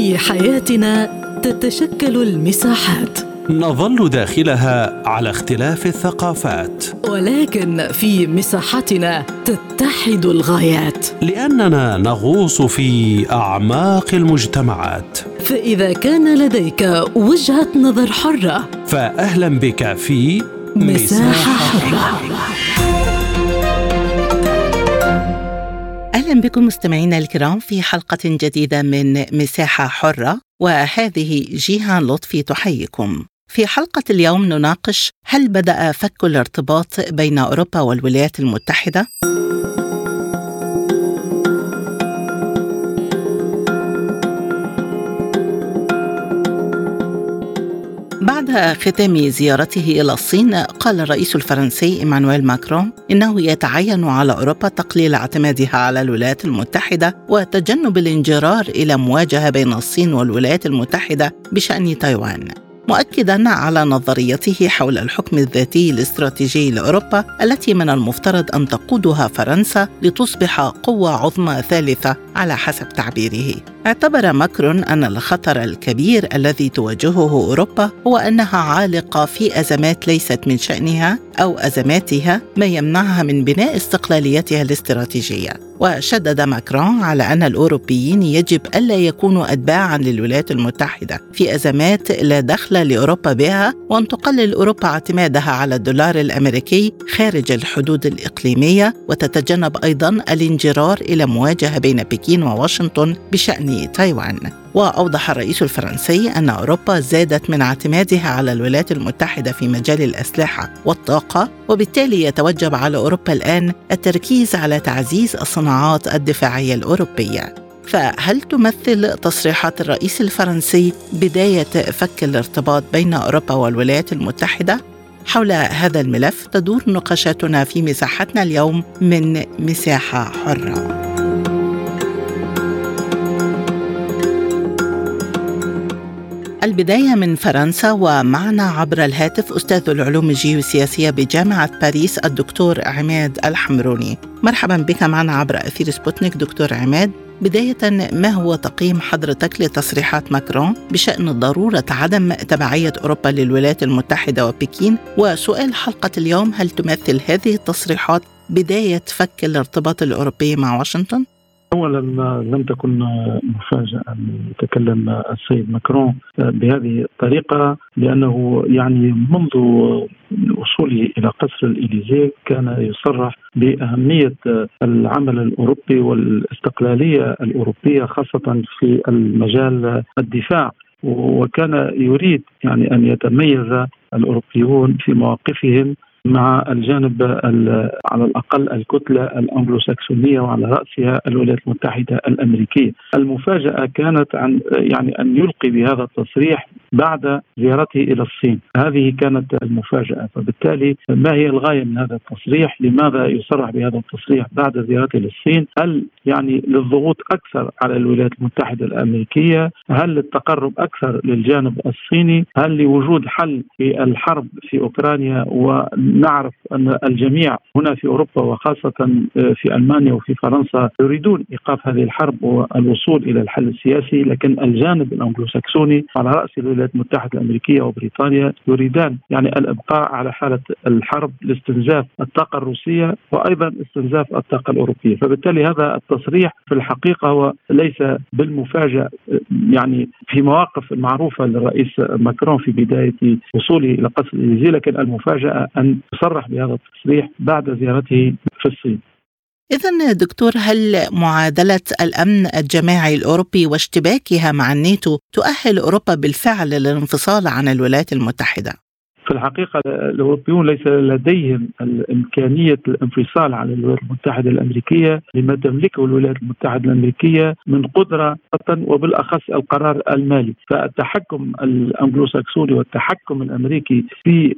في حياتنا تتشكل المساحات، نظل داخلها على اختلاف الثقافات، ولكن في مساحتنا تتحد الغايات، لأننا نغوص في أعماق المجتمعات. فإذا كان لديك وجهة نظر حرة، فأهلا بك في مساحة حرة. أهلا بكم مستمعينا الكرام في حلقة جديدة من مساحة حرة، وهذه جيهان لطفي تحييكم. في حلقة اليوم نناقش: هل بدأ فك الارتباط بين أوروبا والولايات المتحدة؟ بعد ختام زيارته إلى الصين، قال الرئيس الفرنسي إيمانويل ماكرون إنه يتعين على أوروبا تقليل اعتمادها على الولايات المتحدة وتجنب الانجرار إلى مواجهة بين الصين والولايات المتحدة بشأن تايوان، مؤكداً على نظريته حول الحكم الذاتي الاستراتيجي لأوروبا التي من المفترض أن تقودها فرنسا لتصبح قوة عظمى ثالثة على حسب تعبيره. اعتبر ماكرون أن الخطر الكبير الذي تواجهه أوروبا هو أنها عالقة في أزمات ليست من شأنها أو أزماتها ما يمنعها من بناء استقلاليتها الاستراتيجية. وشدد ماكرون على أن الأوروبيين يجب ألا يكونوا أتباعاً للولايات المتحدة في أزمات لا دخل لأوروبا بها، وأن تقلل أوروبا اعتمادها على الدولار الأمريكي خارج الحدود الإقليمية، وتتجنب أيضاً الانجرار إلى مواجهة بين بكين وواشنطن بشأن تايوان. وأوضح الرئيس الفرنسي أن أوروبا زادت من اعتمادها على الولايات المتحدة في مجال الأسلحة والطاقة، وبالتالي يتوجب على أوروبا الآن التركيز على تعزيز الصناعات الدفاعية الأوروبية. فهل تمثل تصريحات الرئيس الفرنسي بداية فك الارتباط بين أوروبا والولايات المتحدة؟ حول هذا الملف تدور نقاشاتنا في مساحتنا اليوم من مساحة حرة. البداية من فرنسا، ومعنا عبر الهاتف أستاذ العلوم الجيوسياسية بجامعة باريس الدكتور عماد الحمروني. مرحبا بك معنا عبر أثير سبوتنيك دكتور عماد. بداية، ما هو تقييم حضرتك لتصريحات ماكرون بشأن ضرورة عدم تبعية أوروبا للولايات المتحدة وبكين؟ وسؤال حلقة اليوم: هل تمثل هذه التصريحات بداية فك الارتباط الأوروبي مع واشنطن؟ أولا، لم تكن مفاجأة أن يتكلم السيد ماكرون بهذه الطريقة، لأنه منذ وصوله إلى قصر الإليزيه كان يصرح بأهمية العمل الأوروبي والاستقلالية الأوروبية خاصة في المجال الدفاع، وكان يريد أن يتميز الأوروبيون في مواقفهم مع الجانب على الأقل الكتلة الأنجلوساكسونية وعلى رأسها الولايات المتحدة الأمريكية. المفاجأة كانت أن يلقي بهذا التصريح بعد زيارته إلى الصين. هذه كانت المفاجأة. فبالتالي ما هي الغاية من هذا التصريح؟ لماذا يصرح بهذا التصريح بعد زيارته للصين؟ هل للضغوط أكثر على الولايات المتحدة الأمريكية؟ هل للتقرب أكثر للجانب الصيني؟ هل لوجود حل في الحرب في أوكرانيا؟ ونعرف أن الجميع هنا في أوروبا وخاصة في ألمانيا وفي فرنسا يريدون إيقاف هذه الحرب والوصول إلى الحل السياسي، لكن الجانب الأنجلوساكسوني على رأس الولايات المتحدة الأمريكية وبريطانيا يريدان الإبقاء على حالة الحرب لاستنزاف الطاقة الروسية وأيضا استنزاف الطاقة الأوروبية. فبالتالي هذا التصريح في الحقيقة هو ليس بالمفاجأة في مواقف المعروفة للرئيس ماكرون في بداية وصوله إلى قصر الإليزيه، لكن المفاجأة أن يصرح بهذا التصريح بعد زيارته في الصين. إذن دكتور، هل معادلة الأمن الجماعي الأوروبي واشتباكها مع الناتو تؤهل أوروبا بالفعل للانفصال عن الولايات المتحدة؟ في الحقيقة الأوروبيون ليس لديهم الإمكانية الانفصال عن الولايات المتحدة الأمريكية لما تملكه الولايات المتحدة الأمريكية من قدرة، وبالأخص القرار المالي. فالتحكم الأنجلوساكسوني والتحكم الأمريكي في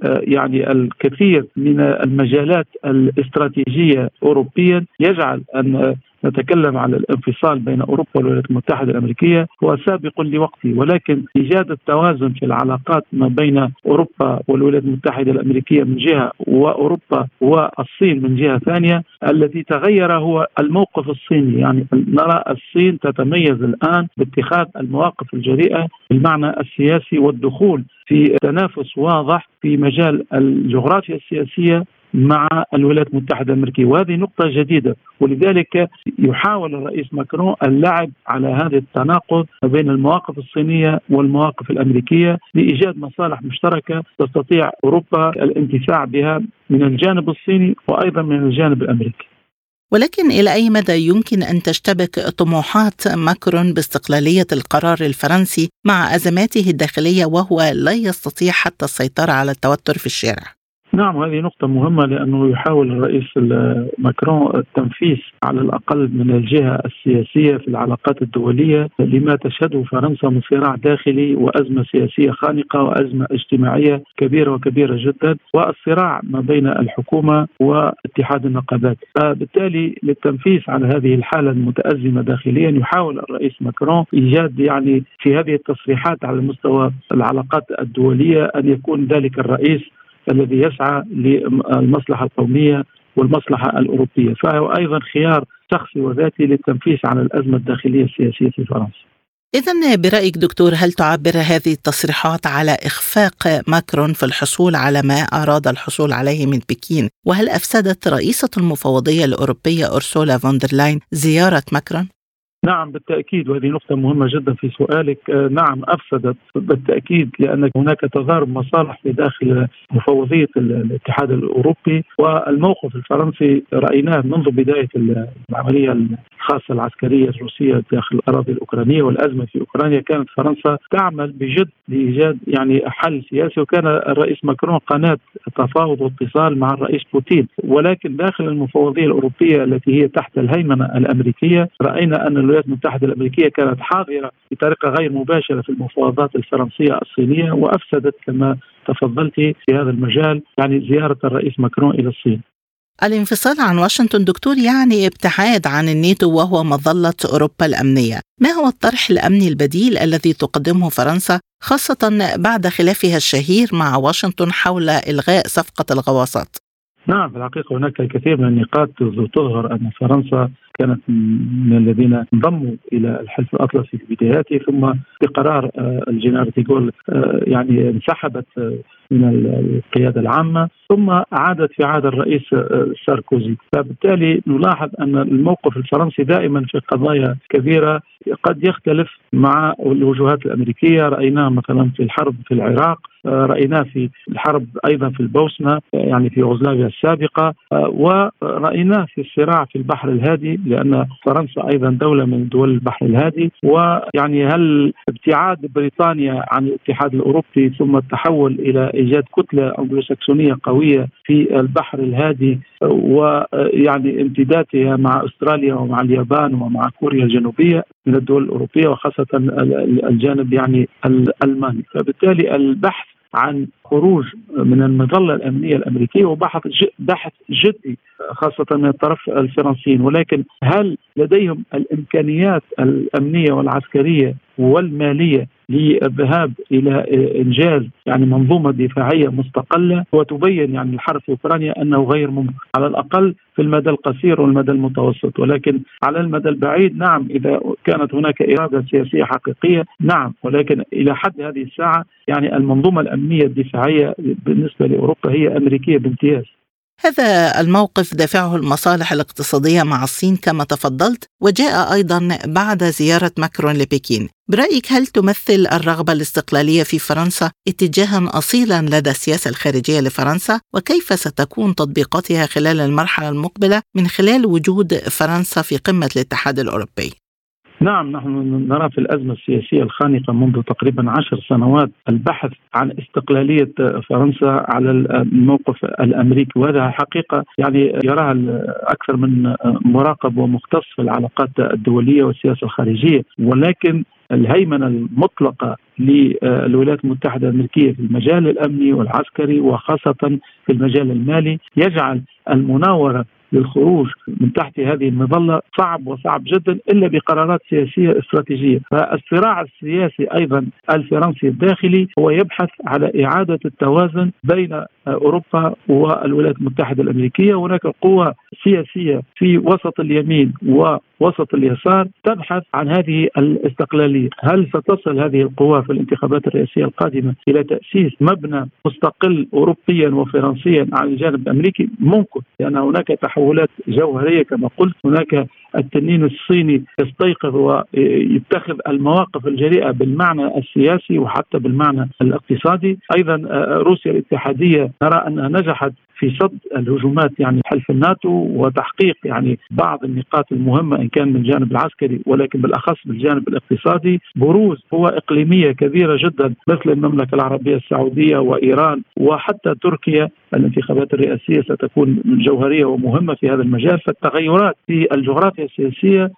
الكثير من المجالات الاستراتيجية أوروبيا يجعل أن نتكلم على الانفصال بين أوروبا والولايات المتحدة الأمريكية هو سابق لوقته، ولكن إيجاد التوازن في العلاقات ما بين أوروبا والولايات المتحدة الأمريكية من جهة وأوروبا والصين من جهة ثانية، الذي تغير هو الموقف الصيني. يعني نرى الصين تتميز الآن باتخاذ المواقف الجريئة بالمعنى السياسي والدخول في تنافس واضح في مجال الجغرافيا السياسية مع الولايات المتحدة الأمريكية، وهذه نقطة جديدة. ولذلك يحاول الرئيس ماكرون اللعب على هذا التناقض بين المواقف الصينية والمواقف الأمريكية لإيجاد مصالح مشتركة تستطيع أوروبا الانتفاع بها من الجانب الصيني وأيضا من الجانب الأمريكي. ولكن إلى أي مدى يمكن أن تشتبك طموحات ماكرون باستقلالية القرار الفرنسي مع أزماته الداخلية وهو لا يستطيع حتى السيطرة على التوتر في الشارع؟ نعم، هذه نقطة مهمة، لأنه يحاول الرئيس ماكرون التنفيذ على الأقل من الجهة السياسية في العلاقات الدولية لما تشهده فرنسا من صراع داخلي وأزمة سياسية خانقة وأزمة اجتماعية كبيرة جدا، والصراع ما بين الحكومة واتحاد النقابات. بالتالي للتنفيذ على هذه الحالة المتأزمة داخليا يحاول الرئيس ماكرون إيجاد يعني في هذه التصريحات على مستوى العلاقات الدولية أن يكون ذلك الرئيس الذي يسعى للمصلحة القومية والمصلحة الأوروبية، فهو أيضا خيار شخصي وذاتي للتنفيذ على الأزمة الداخلية السياسية في فرنسا. إذن برأيك دكتور، هل تعبر هذه التصريحات على إخفاق ماكرون في الحصول على ما أراد الحصول عليه من بكين؟ وهل أفسدت رئيسة المفوضية الأوروبية أرسولا فوندرلاين زيارة ماكرون؟ نعم بالتأكيد، وهذه نقطة مهمة جدا في سؤالك. نعم أفسدت بالتأكيد، لأن هناك تضارب مصالح في داخل مفوضية الاتحاد الأوروبي، والموقف الفرنسي رأيناه منذ بداية العملية الخاصة العسكرية الروسية داخل الأراضي الأوكرانية والأزمة في أوكرانيا. كانت فرنسا تعمل بجد لإيجاد يعني حل سياسي، وكان الرئيس ماكرون قناة تفاوض واتصال مع الرئيس بوتين. ولكن داخل المفوضية الأوروبية التي هي تحت الهيمنة الأمريكية رأينا أن الولايات المتحدة الأمريكية كانت حاضرة بطريقة غير مباشرة في المفاوضات الفرنسية الصينية، وأفسدت كما تفضلت في هذا المجال يعني زيارة الرئيس ماكرون إلى الصين. الانفصال عن واشنطن دكتور يعني ابتعاد عن الناتو وهو مظلة أوروبا الأمنية. ما هو الطرح الأمني البديل الذي تقدمه فرنسا خاصة بعد خلافها الشهير مع واشنطن حول إلغاء صفقة الغواصات؟ نعم في الحقيقة هناك الكثير من النقاط تظهر أن فرنسا كانت من الذين انضموا إلى الحلف الأطلسي في بداياته، ثم بقرار الجنرال ديغول يعني انسحبت من القيادة العامة، ثم عادت في عهد الرئيس ساركوزي. فبالتالي نلاحظ أن الموقف الفرنسي دائما في قضايا كبيرة قد يختلف مع الوجهات الأمريكية. رأيناه مثلا في الحرب في العراق، رأيناه في الحرب أيضا في البوسنة يعني في يوغوسلافيا السابقة، ورأيناه في الصراع في البحر الهادي، لأن فرنسا أيضا دولة من دول البحر الهادي. ويعني هل ابتعاد بريطانيا عن الاتحاد الأوروبي ثم التحول إلى إيجاد كتلة أنجلوساكسونية قوية في البحر الهادي ويعني امتدادها مع أستراليا ومع اليابان ومع كوريا الجنوبية من الدول الأوروبية وخاصة الجانب يعني الألماني. فبالتالي البحث عن خروج من المظلة الأمنية الأمريكية وبحث جدي خاصة من الطرف الفرنسيين، ولكن هل لديهم الإمكانيات الأمنية والعسكرية والمالية للذهاب إلى إنجاز يعني منظومة دفاعية مستقلة وتبين يعني الحرب في أوكرانيا أنه غير ممكن على الأقل في المدى القصير والمدى المتوسط. ولكن على المدى البعيد نعم إذا كانت هناك إرادة سياسية حقيقية نعم، ولكن إلى حد هذه الساعة يعني المنظومة الأمنية الدفاعية بالنسبة لأوروبا هي أمريكية بامتياز. هذا الموقف دافعه المصالح الاقتصادية مع الصين كما تفضلت، وجاء أيضا بعد زيارة ماكرون لبكين. برأيك هل تمثل الرغبة الاستقلالية في فرنسا اتجاها أصيلا لدى السياسة الخارجية لفرنسا؟ وكيف ستكون تطبيقاتها خلال المرحلة المقبلة من خلال وجود فرنسا في قمة الاتحاد الأوروبي؟ نعم نحن نرى في الأزمة السياسية الخانقة منذ تقريبا 10 سنوات البحث عن استقلالية فرنسا على الموقف الأمريكي، وهذا حقيقة يعني يراها أكثر من مراقب ومختص في العلاقات الدولية والسياسة الخارجية. ولكن الهيمنة المطلقة للولايات المتحدة الأمريكية في المجال الأمني والعسكري وخاصة في المجال المالي يجعل المناورة للخروج من تحت هذه المظلة صعب وصعب جدا إلا بقرارات سياسية استراتيجية. فالصراع السياسي أيضا الفرنسي الداخلي هو يبحث على إعادة التوازن بين أوروبا والولايات المتحدة الأمريكية. هناك قوة سياسية في وسط اليمين ووسط اليسار تبحث عن هذه الاستقلالية. هل ستصل هذه القوى في الانتخابات الرئاسية القادمة إلى تأسيس مبنى مستقل أوروبيا وفرنسيا عن الجانب الأمريكي؟ ممكن، لأن هناك تحولات جوهرية كما قلت. هناك التنين الصيني يستيقظ ويتخذ المواقف الجريئة بالمعنى السياسي وحتى بالمعنى الاقتصادي. أيضا روسيا الاتحادية نرى أنها نجحت في صد الهجومات حلف الناتو وتحقيق بعض النقاط المهمة إن كان من الجانب العسكري ولكن بالأخص بالجانب الاقتصادي. بروز قوى إقليمية كبيرة جدا مثل المملكة العربية السعودية وإيران وحتى تركيا. الانتخابات الرئاسية ستكون جوهرية ومهمة في هذا المجال. فالتغيرات في الجغرافيا السياسية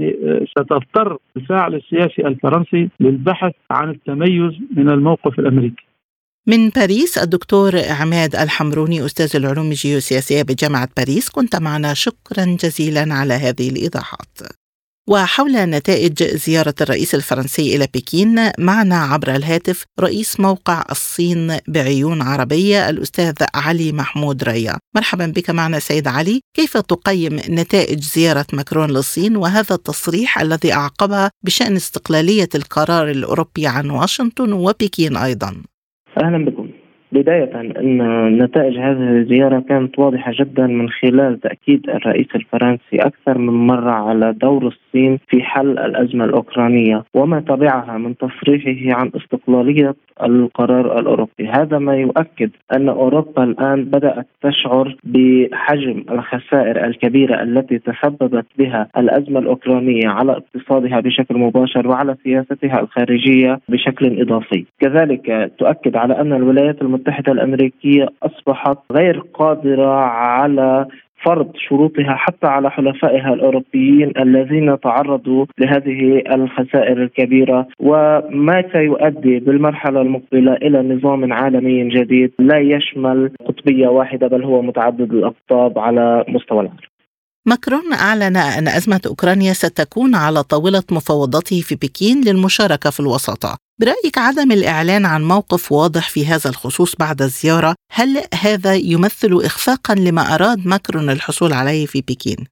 ستضطر الفاعل السياسي الفرنسي للبحث عن التميز من الموقف الأمريكي. من باريس الدكتور عماد الحمروني أستاذ العلوم الجيوسياسية بجامعة باريس، كنت معنا، شكرا جزيلا على هذه الإيضاحات. وحول نتائج زيارة الرئيس الفرنسي إلى بكين معنا عبر الهاتف رئيس موقع الصين بعيون عربية الأستاذ علي محمود ريا. مرحبا بك معنا سيد علي. كيف تقيم نتائج زيارة ماكرون للصين وهذا التصريح الذي أعقبها بشأن استقلالية القرار الأوروبي عن واشنطن وبكين أيضا؟ أهلا بكم. بداية أن نتائج هذه الزيارة كانت واضحة جدا من خلال تأكيد الرئيس الفرنسي أكثر من مرة على دور الصين في حل الأزمة الأوكرانية وما تبعها من تصريحه عن استقلالية القرار الأوروبي. هذا ما يؤكد أن أوروبا الآن بدأت تشعر بحجم الخسائر الكبيرة التي تسببت بها الأزمة الأوكرانية على اقتصادها بشكل مباشر وعلى سياستها الخارجية بشكل إضافي. كذلك تؤكد على أن الولايات المتحدة الأمريكية أصبحت غير قادرة على فرض شروطها حتى على حلفائها الأوروبيين الذين تعرضوا لهذه الخسائر الكبيرة، وما سيؤدي بالمرحلة المقبلة إلى نظام عالمي جديد لا يشمل قطبية واحدة بل هو متعدد الأقطاب على مستوى العالم. ماكرون أعلن أن أزمة أوكرانيا ستكون على طاولة مفاوضاته في بكين للمشاركة في الوساطة. برأيك عدم الإعلان عن موقف واضح في هذا الخصوص بعد الزيارة، هل هذا يمثل إخفاقا لما أراد ماكرون الحصول عليه في بكين؟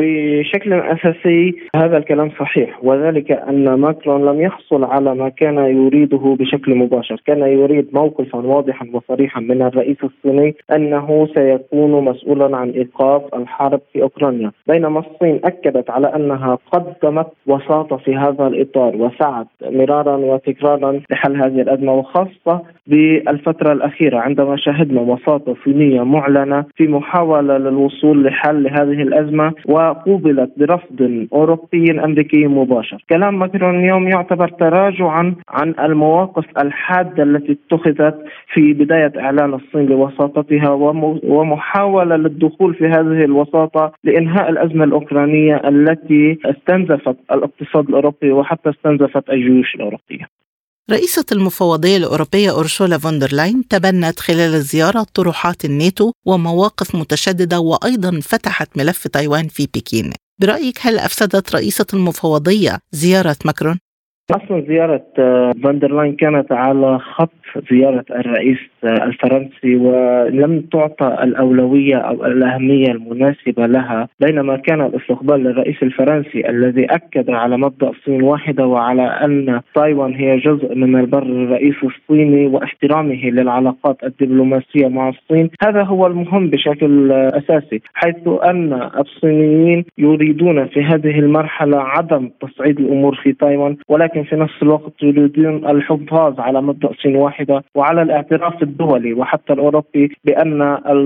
بشكل أساسي هذا الكلام صحيح، وذلك أن ماكرون لم يحصل على ما كان يريده بشكل مباشر. كان يريد موقفا واضحا وصريحا من الرئيس الصيني أنه سيكون مسؤولا عن إيقاف الحرب في أوكرانيا، بينما الصين أكدت على أنها قدمت وساطة في هذا الإطار وسعت مرارا وتكرارا لحل هذه الأزمة، وخاصة بالفترة الأخيرة عندما شهدنا وساطة صينية معلنة في محاولة للوصول لحل هذه الأزمة وقوبلت برفض أوروبي أمريكي مباشر. كلام ماكرون اليوم يعتبر تراجعا عن المواقف الحادة التي اتخذت في بداية إعلان الصين لوساطتها ومحاولة للدخول في هذه الوساطة لإنهاء الأزمة الأوكرانية التي استنزفت الاقتصاد الأوروبي وحتى استنزفت الجيوش الأوروبية. رئيسة المفوضية الأوروبية أورسولا فون دير لاين تبنت خلال الزيارة طروحات الناتو ومواقف متشددة وأيضا فتحت ملف تايوان في بكين. برأيك هل أفسدت رئيسة المفوضية زيارة ماكرون؟ أصلا زيارة فون دير لاين كانت على خط زيارة الرئيس الفرنسي ولم تعطى الأولوية أو الأهمية المناسبة لها، بينما كان الاستقبال للرئيس الفرنسي الذي أكد على مبدأ الصين واحدة وعلى أن تايوان هي جزء من البر الرئيسي الصيني واحترامه للعلاقات الدبلوماسية مع الصين. هذا هو المهم بشكل أساسي، حيث أن الصينيين يريدون في هذه المرحلة عدم تصعيد الأمور في تايوان، ولكن في نفس الوقت يريدون الحفاظ على مبدأ الصين واحدة وعلى الاعتراف الدولي وحتى الأوروبي بأن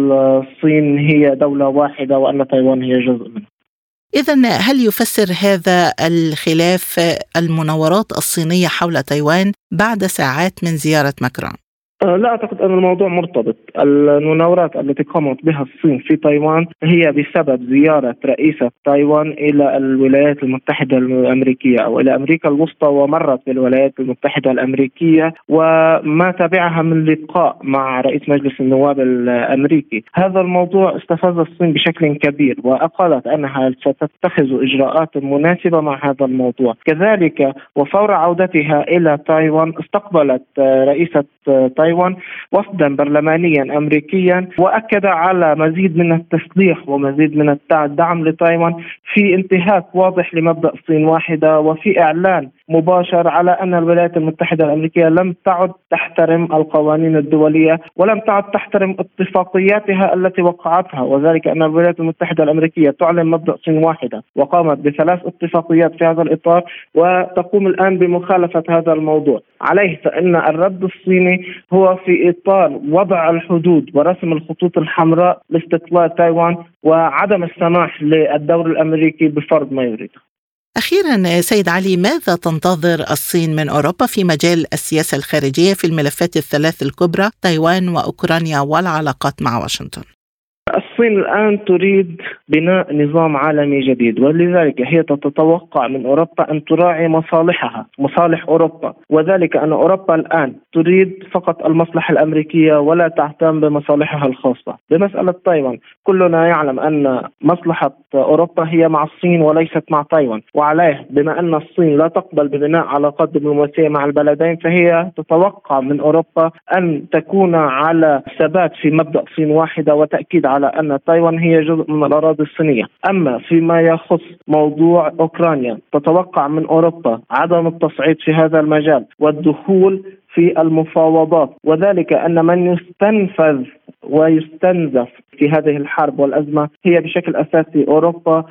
الصين هي دولة واحدة وأن تايوان هي جزء منها. إذن هل يفسر هذا الخلاف المناورات الصينية حول تايوان بعد ساعات من زيارة ماكرون؟ لا أعتقد أن الموضوع مرتبط. المناورات التي قامت بها الصين في تايوان هي بسبب زيارة رئيسة تايوان إلى الولايات المتحدة الأمريكية أو إلى أمريكا الوسطى، ومرت بالولايات المتحدة الأمريكية وما تبعها من لقاء مع رئيس مجلس النواب الأمريكي. هذا الموضوع استفز الصين بشكل كبير، وقالت أنها ستتخذ إجراءات مناسبة مع هذا الموضوع. كذلك وفور عودتها إلى تايوان استقبلت رئيسة تايوان وفدا برلمانيا أمريكيا، وأكد على مزيد من التسليح ومزيد من الدعم لتايوان في انتهاك واضح لمبدأ الصين واحدة، وفي إعلان مباشر على أن الولايات المتحدة الأمريكية لم تعد تحترم القوانين الدولية ولم تعد تحترم اتفاقياتها التي وقعتها، وذلك أن الولايات المتحدة الأمريكية تعلن مبدأ صين واحدة وقامت ب3 اتفاقيات في هذا الإطار، وتقوم الآن بمخالفة هذا الموضوع. عليه فإن الرد الصيني هو في إطار وضع الحدود ورسم الخطوط الحمراء لاستقلال تايوان وعدم السماح للدور الأمريكي بفرض ما يريده. أخيرا سيد علي، ماذا تنتظر الصين من أوروبا في مجال السياسة الخارجية في الملفات ال3 الكبرى تايوان وأوكرانيا والعلاقات مع واشنطن؟ الصين الآن تريد بناء نظام عالمي جديد، ولذلك هي تتوقع من أوروبا أن تراعي مصالحها، مصالح أوروبا، وذلك أن أوروبا الآن تريد فقط المصلحة الأمريكية ولا تهتم بمصالحها الخاصة. بمسألة تايوان كلنا يعلم أن مصلحة أوروبا هي مع الصين وليست مع تايوان، وعليه بما أن الصين لا تقبل ببناء علاقات دبلوماسية مع البلدين فهي تتوقع من أوروبا أن تكون على ثبات في مبدأ صين واحدة وتأكيد على أن تايوان هي جزء من الأراضي الصينية. أما فيما يخص موضوع أوكرانيا تتوقع من أوروبا عدم التصعيد في هذا المجال والدخول في المفاوضات، وذلك أن من يستنفذ ويستنزف في هذه الحرب والأزمة هي بشكل أساسي أوروبا،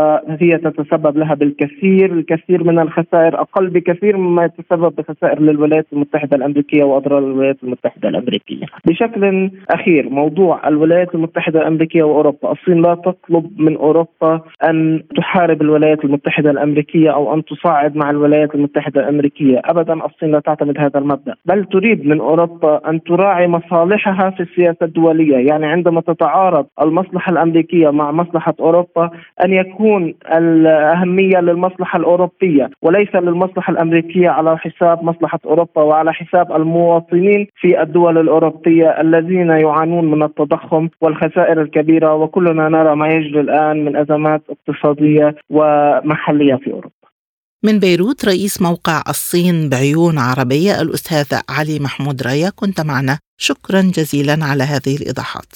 وهي تتسبب لها الكثير من الخسائر، أقل بكثير مما يتسبب بخسائر للولايات المتحدة الأمريكية وأضرار الولايات المتحدة الأمريكية. بشكل أخير موضوع الولايات المتحدة الأمريكية وأوروبا، الصين لا تطلب من أوروبا أن تحارب الولايات المتحدة الأمريكية أو أن تصعد مع الولايات المتحدة الأمريكية أبدا. الصين لا تعتمد هذا المبدأ، بل تريد من أوروبا أن تراعي مصالحها في السياسة الدولية. يعني عندما تتعارض المصلحة الأمريكية مع مصلحة أوروبا أن يكون الأهمية للمصلحة الأوروبية وليس للمصلحة الأمريكية على حساب مصلحة أوروبا وعلى حساب المواطنين في الدول الأوروبية الذين يعانون من التضخم والخسائر الكبيرة، وكلنا نرى ما يجري الآن من أزمات اقتصادية ومحلية في أوروبا. من بيروت رئيس موقع الصين بعيون عربية الأستاذ علي محمود راية، كنت معنا، شكرا جزيلا على هذه الإيضاحات.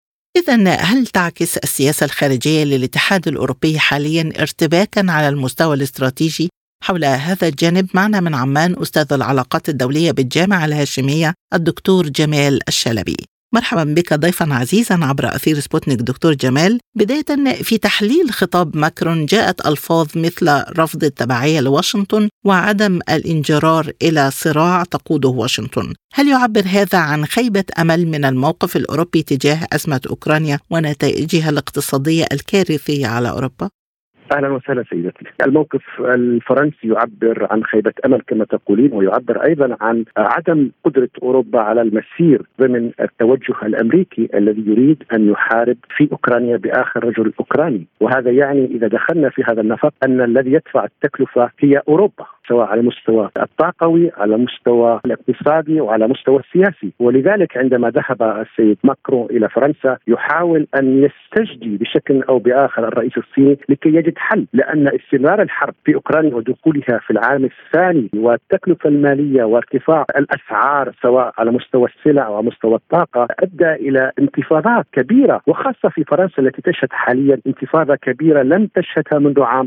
إذن هل تعكس السياسة الخارجية للاتحاد الأوروبي حاليا ارتباكا على المستوى الاستراتيجي؟ حول هذا الجانب معنا من عمان أستاذ العلاقات الدولية بالجامعة الهاشمية الدكتور جمال الشلبي. مرحبا بك ضيفا عزيزا عبر أثير سبوتنيك دكتور جمال. بداية، في تحليل خطاب ماكرون جاءت ألفاظ مثل رفض التبعية لواشنطن وعدم الانجرار إلى صراع تقوده واشنطن. هل يعبر هذا عن خيبة أمل من الموقف الأوروبي تجاه أزمة أوكرانيا ونتائجها الاقتصادية الكارثية على أوروبا؟ أهلا وسهلا سيدتي. الموقف الفرنسي يعبر عن خيبة أمل كما تقولين، ويعبر أيضا عن عدم قدرة أوروبا على المسير ضمن التوجه الأمريكي الذي يريد أن يحارب في أوكرانيا بآخر رجل أوكراني. وهذا يعني إذا دخلنا في هذا النفق أن الذي يدفع التكلفة هي أوروبا، سواء على مستوى الطاقوي، على مستوى الاقتصادي، وعلى مستوى السياسي. ولذلك عندما ذهب السيد ماكرون إلى فرنسا يحاول أن يستجدي بشكل أو بآخر الرئيس الصيني لكي يجد حل، لأن استمرار الحرب في أوكرانيا ودخولها في العام الثاني والتكلفة المالية وارتفاع الأسعار سواء على مستوى السلع أو على مستوى الطاقة أدى إلى انتفاضات كبيرة، وخاصة في فرنسا التي تشهد حاليا انتفاضة كبيرة لم تشهدها منذ عام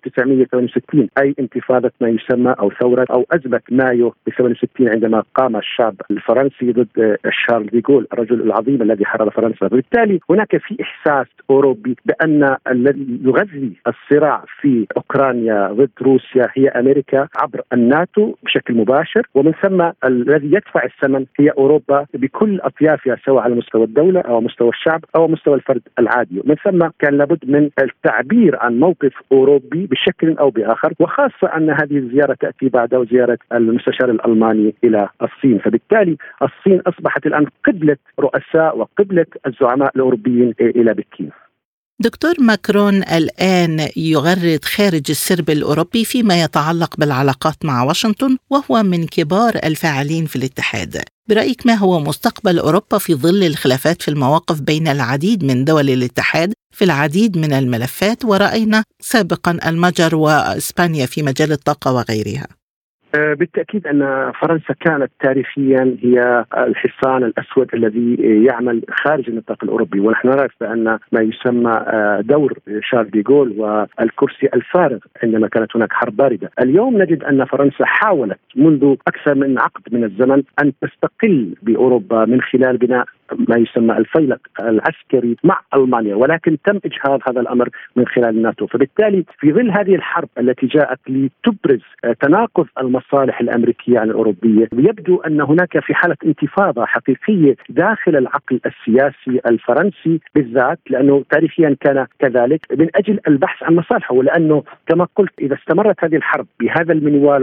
1968، أي انتفاضة ما يسمى أو ثورة أو أزمة مايو ب 68 عندما قام الشعب الفرنسي ضد شارل دي غول الرجل العظيم الذي حرر فرنسا. بالتالي هناك في إحساس أوروبي بأن الذي يغذي الصراع في أوكرانيا ضد روسيا هي أمريكا عبر الناتو بشكل مباشر، ومن ثم الذي يدفع الثمن هي أوروبا بكل أطيافها سواء على مستوى الدولة أو مستوى الشعب أو مستوى الفرد العادي. من ثم كان لابد من التعبير عن موقف أوروبي بشكل أو بآخر، وخاصة أن هذه الزيارة تأتي بعد زيارة المستشار الألماني إلى الصين. فبالتالي الصين أصبحت الآن قبلة رؤساء وقبلة الزعماء الأوروبيين إلى بكين. دكتور ماكرون الآن يغرد خارج السرب الأوروبي فيما يتعلق بالعلاقات مع واشنطن، وهو من كبار الفاعلين في الاتحاد. برأيك ما هو مستقبل أوروبا في ظل الخلافات في المواقف بين العديد من دول الاتحاد في العديد من الملفات، ورأينا سابقا المجر وإسبانيا في مجال الطاقة وغيرها؟ بالتأكيد أن فرنسا كانت تاريخيا هي الحصان الأسود الذي يعمل خارج النطاق الأوروبي، ونحن نعرف بأن ما يسمى دور شارل دي غول والكرسي الفارغ عندما كانت هناك حرب باردة. اليوم نجد أن فرنسا حاولت منذ أكثر من عقد من الزمن أن تستقل بأوروبا من خلال بناء ما يسمى الفيلق العسكري مع ألمانيا، ولكن تم إجهاض هذا الأمر من خلال الناتو. فبالتالي في ظل هذه الحرب التي جاءت لتبرز تناقض المصالح الأمريكية عن الأوروبية، يبدو أن هناك في حالة انتفاضة حقيقية داخل العقل السياسي الفرنسي بالذات، لأنه تاريخيا كان كذلك، من أجل البحث عن مصالحه. ولأنه كما قلت إذا استمرت هذه الحرب بهذا المنوال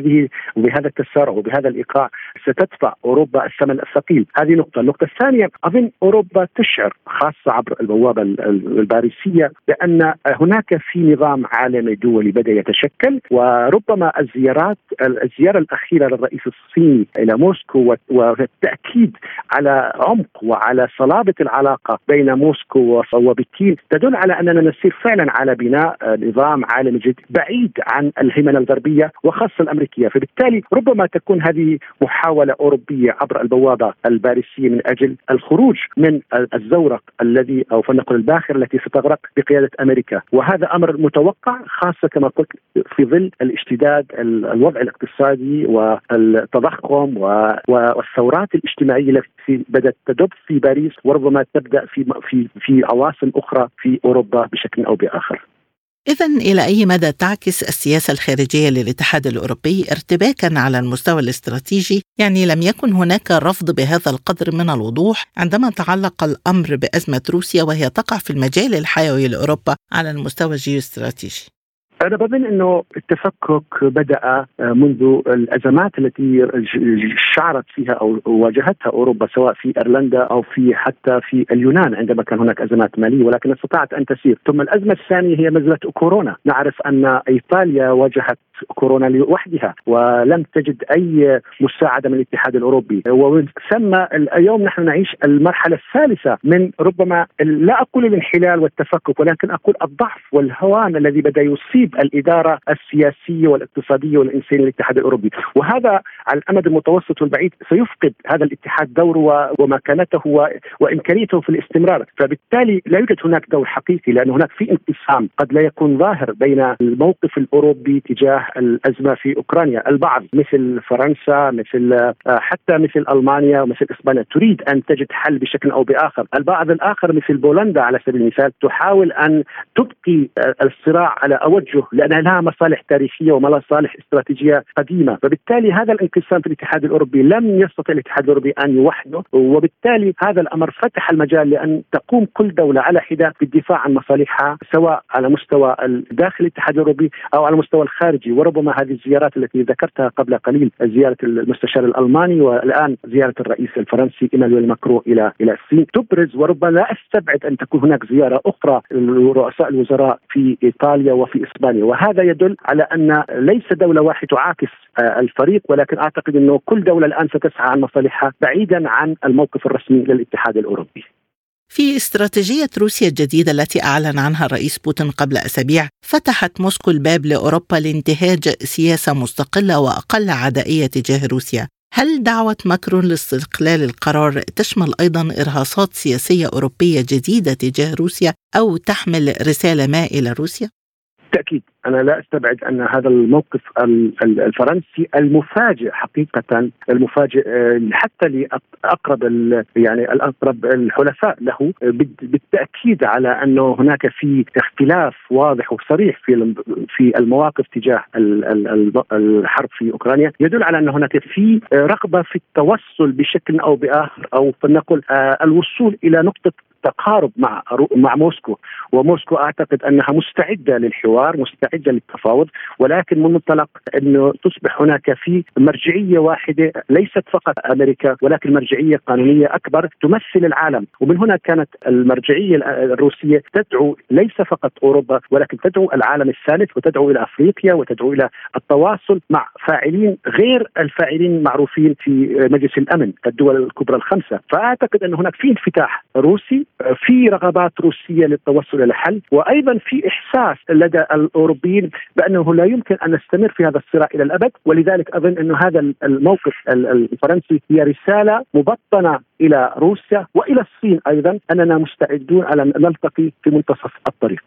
وبهذا التسارع وبهذا الإيقاع ستدفع أوروبا الثمن الثقيل. هذه نقطة. النقطة الثانية، أظن أوروبا تشعر خاصة عبر البوابة الباريسية بأن هناك في نظام عالمي دولي بدأ يتشكل، وربما الزيارة الأخيرة للرئيس الصيني إلى موسكو والتأكيد على عمق وعلى صلابة العلاقة بين موسكو وبكين تدل على أننا نسير فعلا على بناء نظام عالمي جديد بعيد عن الهيمنة الغربية وخاصة الأمريكية. فبالتالي ربما تكون هذه محاولة أوروبية عبر البوابة الباريسية من أجل الخروج من الزورق الذي أو فلنقل الباخرة التي ستغرق بقيادة أمريكا، وهذا أمر متوقع خاصة كما قلت في ظل الاشتداد الوضع الاقتصادي والتضخم والثورات الاجتماعية التي بدأت تدب في باريس وربما تبدأ في عواصم أخرى في أوروبا بشكل أو بآخر. إذن إلى أي مدى تعكس السياسة الخارجية للاتحاد الأوروبي ارتباكا على المستوى الاستراتيجي؟ يعني لم يكن هناك رفض بهذا القدر من الوضوح عندما تعلق الأمر بأزمة روسيا وهي تقع في المجال الحيوي لأوروبا على المستوى الجيوستراتيجي. أنا بظن أنه التفكك بدأ منذ الأزمات التي شعرت فيها أو واجهتها أوروبا سواء في إيرلندا أو حتى في اليونان عندما كان هناك أزمات مالية ولكن استطاعت أن تسير. ثم الأزمة الثانية هي نزلة كورونا. نعرف أن إيطاليا واجهت كورونا لوحدها ولم تجد أي مساعدة من الاتحاد الأوروبي، ومن ثم اليوم نحن نعيش المرحلة الثالثة من ربما لا أقول الانحلال والتفكك ولكن أقول الضعف والهوان الذي بدأ يصيب الإدارة السياسية والاقتصادية والإنسانية للاتحاد الأوروبي، وهذا على الأمد المتوسط والبعيد سيفقد هذا الاتحاد دوره ومكانته وإمكانيته في الاستمرار. فبالتالي لا يوجد هناك دور حقيقي، لأن هناك في انقسام قد لا يكون ظاهر بين الموقف الأوروبي تجاه الأزمة في أوكرانيا. البعض مثل فرنسا حتى مثل ألمانيا ومثل إسبانيا تريد أن تجد حل بشكل أو بآخر. البعض الآخر مثل بولندا على سبيل المثال تحاول أن تبقي الصراع على أوجه لأنها لها مصالح تاريخية ومصالح استراتيجية قديمة. فبالتالي هذا الانقسام في الاتحاد الأوروبي لم يستطع الاتحاد الأوروبي أن يوحده، وبالتالي هذا الأمر فتح المجال لأن تقوم كل دولة على حدة بالدفاع عن مصالحها سواء على مستوى داخل الاتحاد الأوروبي أو على المستوى الخارجي. وربما هذه الزيارات التي ذكرتها قبل قليل، زيارة المستشار الألماني والآن زيارة الرئيس الفرنسي إيمانويل ماكرون إلى الصين تبرز، وربما لا أستبعد أن تكون هناك زيارة أخرى لرؤساء الوزراء في إيطاليا وفي إسبانيا. وهذا يدل على أن ليس دولة واحدة تعاكس الفريق، ولكن أعتقد أنه كل دولة الآن ستسعى عن مصالحها بعيدا عن الموقف الرسمي للاتحاد الأوروبي. في استراتيجية روسيا الجديدة التي أعلن عنها الرئيس بوتين قبل أسابيع، فتحت موسكو الباب لأوروبا لانتهاج سياسة مستقلة وأقل عدائية تجاه روسيا. هل دعوة ماكرون لاستقلال القرار تشمل أيضا إرهاصات سياسية أوروبية جديدة تجاه روسيا أو تحمل رسالة ما إلى روسيا؟ بالتأكيد أنا لا أستبعد أن هذا الموقف الفرنسي المفاجئ حقيقة، المفاجئ حتى لأقرب الأقرب الحلفاء له، بالتأكيد على أنه هناك في اختلاف واضح وصريح في المواقف تجاه الحرب في أوكرانيا، يدل على أن هناك في رغبة في التوصل بشكل أو بآخر، أو فلنقل الوصول إلى نقطة التقارب مع موسكو، وموسكو أعتقد أنها مستعدة للحوار، مستعدة للتفاوض، ولكن من منطلق أنه تصبح هناك في مرجعية واحدة ليست فقط أمريكا ولكن مرجعية قانونية أكبر تمثل العالم. ومن هنا كانت المرجعية الروسية تدعو ليس فقط أوروبا ولكن تدعو العالم الثالث، وتدعو إلى أفريقيا، وتدعو إلى التواصل مع فاعلين غير الفاعلين المعروفين في مجلس الأمن الدول الكبرى الخمسة. فأعتقد أن هناك في انفتاح روسي، في رغبات روسية للتوصل إلى حل، وأيضا في إحساس لدى الأوروبيين بأنه لا يمكن أن نستمر في هذا الصراع إلى الأبد. ولذلك أظن أن هذا الموقف الفرنسي هي رسالة مبطنة إلى روسيا وإلى الصين أيضا أننا مستعدون على أن نلتقي في منتصف الطريق.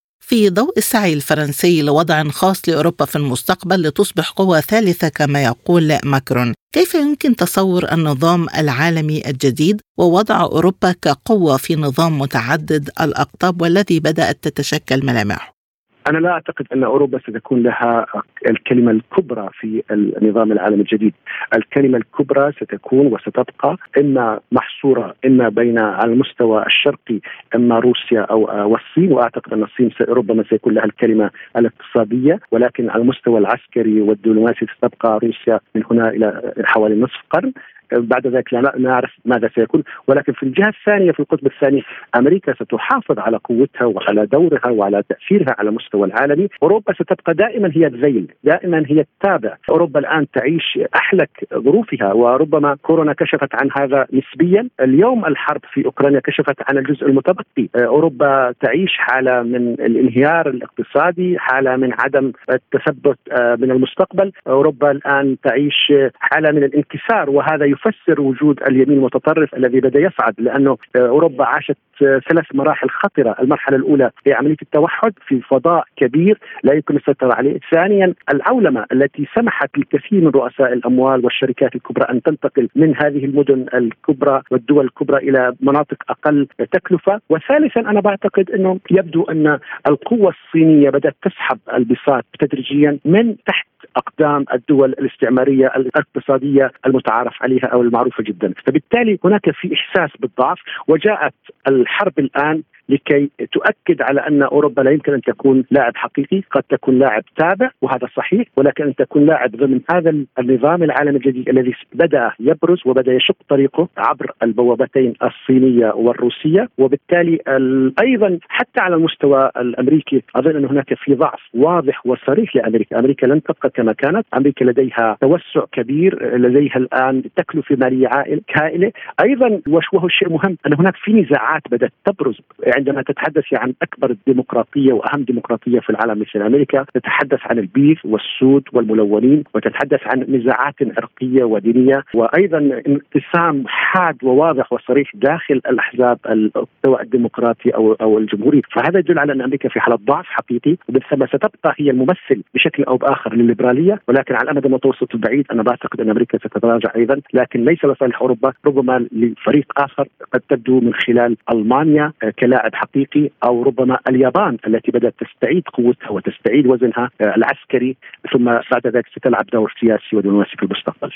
في ضوء السعي الفرنسي لوضع خاص لأوروبا في المستقبل لتصبح قوة ثالثة كما يقول ماكرون، كيف يمكن تصور النظام العالمي الجديد ووضع أوروبا كقوة في نظام متعدد الأقطاب والذي بدأت تتشكل ملامحه؟ أنا لا أعتقد أن أوروبا ستكون لها الكلمة الكبرى في النظام العالمي الجديد. الكلمة الكبرى ستكون وستبقى إما محصورة إما بين على المستوى الشرقي إما روسيا أو والصين، وأعتقد أن الصين ربما سيكون لها الكلمة الاقتصادية، ولكن على المستوى العسكري والدبلوماسي ستبقى روسيا من هنا إلى حوالي نصف قرن. بعد ذلك لا نعرف ماذا سيكون. ولكن في الجهة الثانية في القطب الثاني أمريكا ستحافظ على قوتها وعلى دورها وعلى تأثيرها على المستوى العالمي. أوروبا ستبقى دائما هي الذيل، دائما هي التابع. أوروبا الآن تعيش أحلك ظروفها، وربما كورونا كشفت عن هذا نسبيا. اليوم الحرب في أوكرانيا كشفت عن الجزء المتبقي. أوروبا تعيش حالة من الانهيار الاقتصادي، حالة من عدم التثبت من المستقبل. أوروبا الآن تعيش حالة من الانكسار، وهذا يفسر وجود اليمين المتطرف الذي بدأ يصعد، لأنه أوروبا عاشت 3 مراحل خطرة. المرحلة الأولى هي عملية التوحد في فضاء كبير لا يمكن السيطرة عليه. ثانيا العولمة التي سمحت لكثير من رؤساء الأموال والشركات الكبرى أن تنتقل من هذه المدن الكبرى والدول الكبرى إلى مناطق أقل تكلفة. وثالثا أنا بعتقد أنه يبدو أن القوة الصينية بدأت تسحب البساط تدريجيا من تحت أقدام الدول الاستعمارية الاقتصادية المتعارف عليها أو المعروفة جدا. فبالتالي هناك في إحساس بالضعف، وجاءت الحرب الآن لكي تؤكد على أن أوروبا لا يمكن أن تكون لاعب حقيقي. قد تكون لاعب تابع وهذا صحيح، ولكن أن تكون لاعب ضمن هذا النظام العالمي الجديد الذي بدأ يبرز وبدأ يشق طريقه عبر البوابتين الصينية والروسية. وبالتالي أيضا حتى على المستوى الأمريكي أظن أن هناك في ضعف واضح وصريح لأمريكا. أمريكا لن تبقى كما كانت. أمريكا لديها توسع كبير، لديها الآن تكلفة مالية هائلة. أيضا وهو الشيء مهم أن هناك في نزاعات بدأت تبرز عندما تتحدث عن أكبر الديمقراطية وأهم ديمقراطية في العالم مثل أمريكا. تتحدث عن البيض والسود والملونين، وتتحدث عن نزاعات عرقية ودينية، وأيضا انقسام حاد وواضح وصريح داخل الأحزاب سواء الديمقراطي أو الجمهوري. فهذا يدل على أن أمريكا في حالة ضعف حقيقي، ومن ثم ستبقى هي الممثل بشكل أو بآخر للليبرالية. ولكن على الأمد المتوسط البعيد أنا بعتقد أن أمريكا ستتراجع أيضا، لكن ليس لصالح أوروبا، ربما لفريق آخر قد تبدو من خلال ألمانيا كلاعب حقيقي، أو ربما اليابان التي بدأت تستعيد قوتها وتستعيد وزنها العسكري، ثم بعد ذلك ستلعب دور سياسي ودبلوماسي في المستقبل.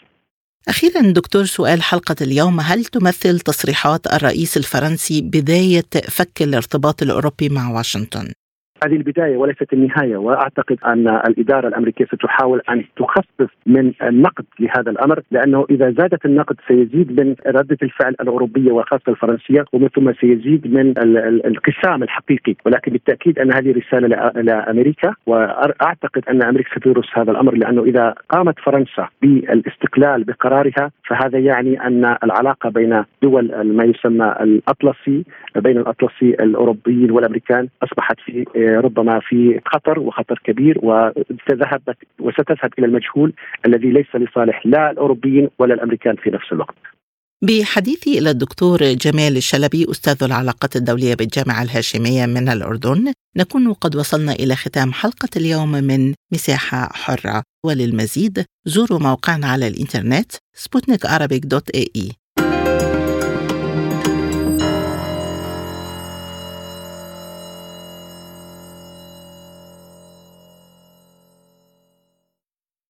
أخيرا دكتور، سؤال حلقة اليوم: هل تمثل تصريحات الرئيس الفرنسي بداية فك الارتباط الأوروبي مع واشنطن؟ هذه البداية وليست النهاية، وأعتقد أن الإدارة الأمريكية ستحاول أن تخفف من النقد لهذا الأمر، لأنه إذا زادت النقد سيزيد من ردة الفعل الأوروبية وخاصة الفرنسية، ومن ثم سيزيد من الانقسام الحقيقي. ولكن بالتأكيد أن هذه رسالة لأمريكا، وأعتقد أن أمريكا ستدرس هذا الأمر، لأنه إذا قامت فرنسا بالاستقلال بقرارها فهذا يعني أن العلاقة بين دول ما يسمى الأطلسي، بين الأطلسي الأوروبيين والأمريكان، أصبحت في ربما في خطر وخطر كبير، وستذهب إلى المجهول الذي ليس لصالح لا الأوروبيين ولا الأمريكان في نفس الوقت. بحديثي إلى الدكتور جمال الشلبي أستاذ العلاقات الدولية بالجامعة الهاشمية من الأردن، نكون قد وصلنا إلى ختام حلقة اليوم من مساحة حرة. وللمزيد زوروا موقعنا على الإنترنت sputnikarabic.ae.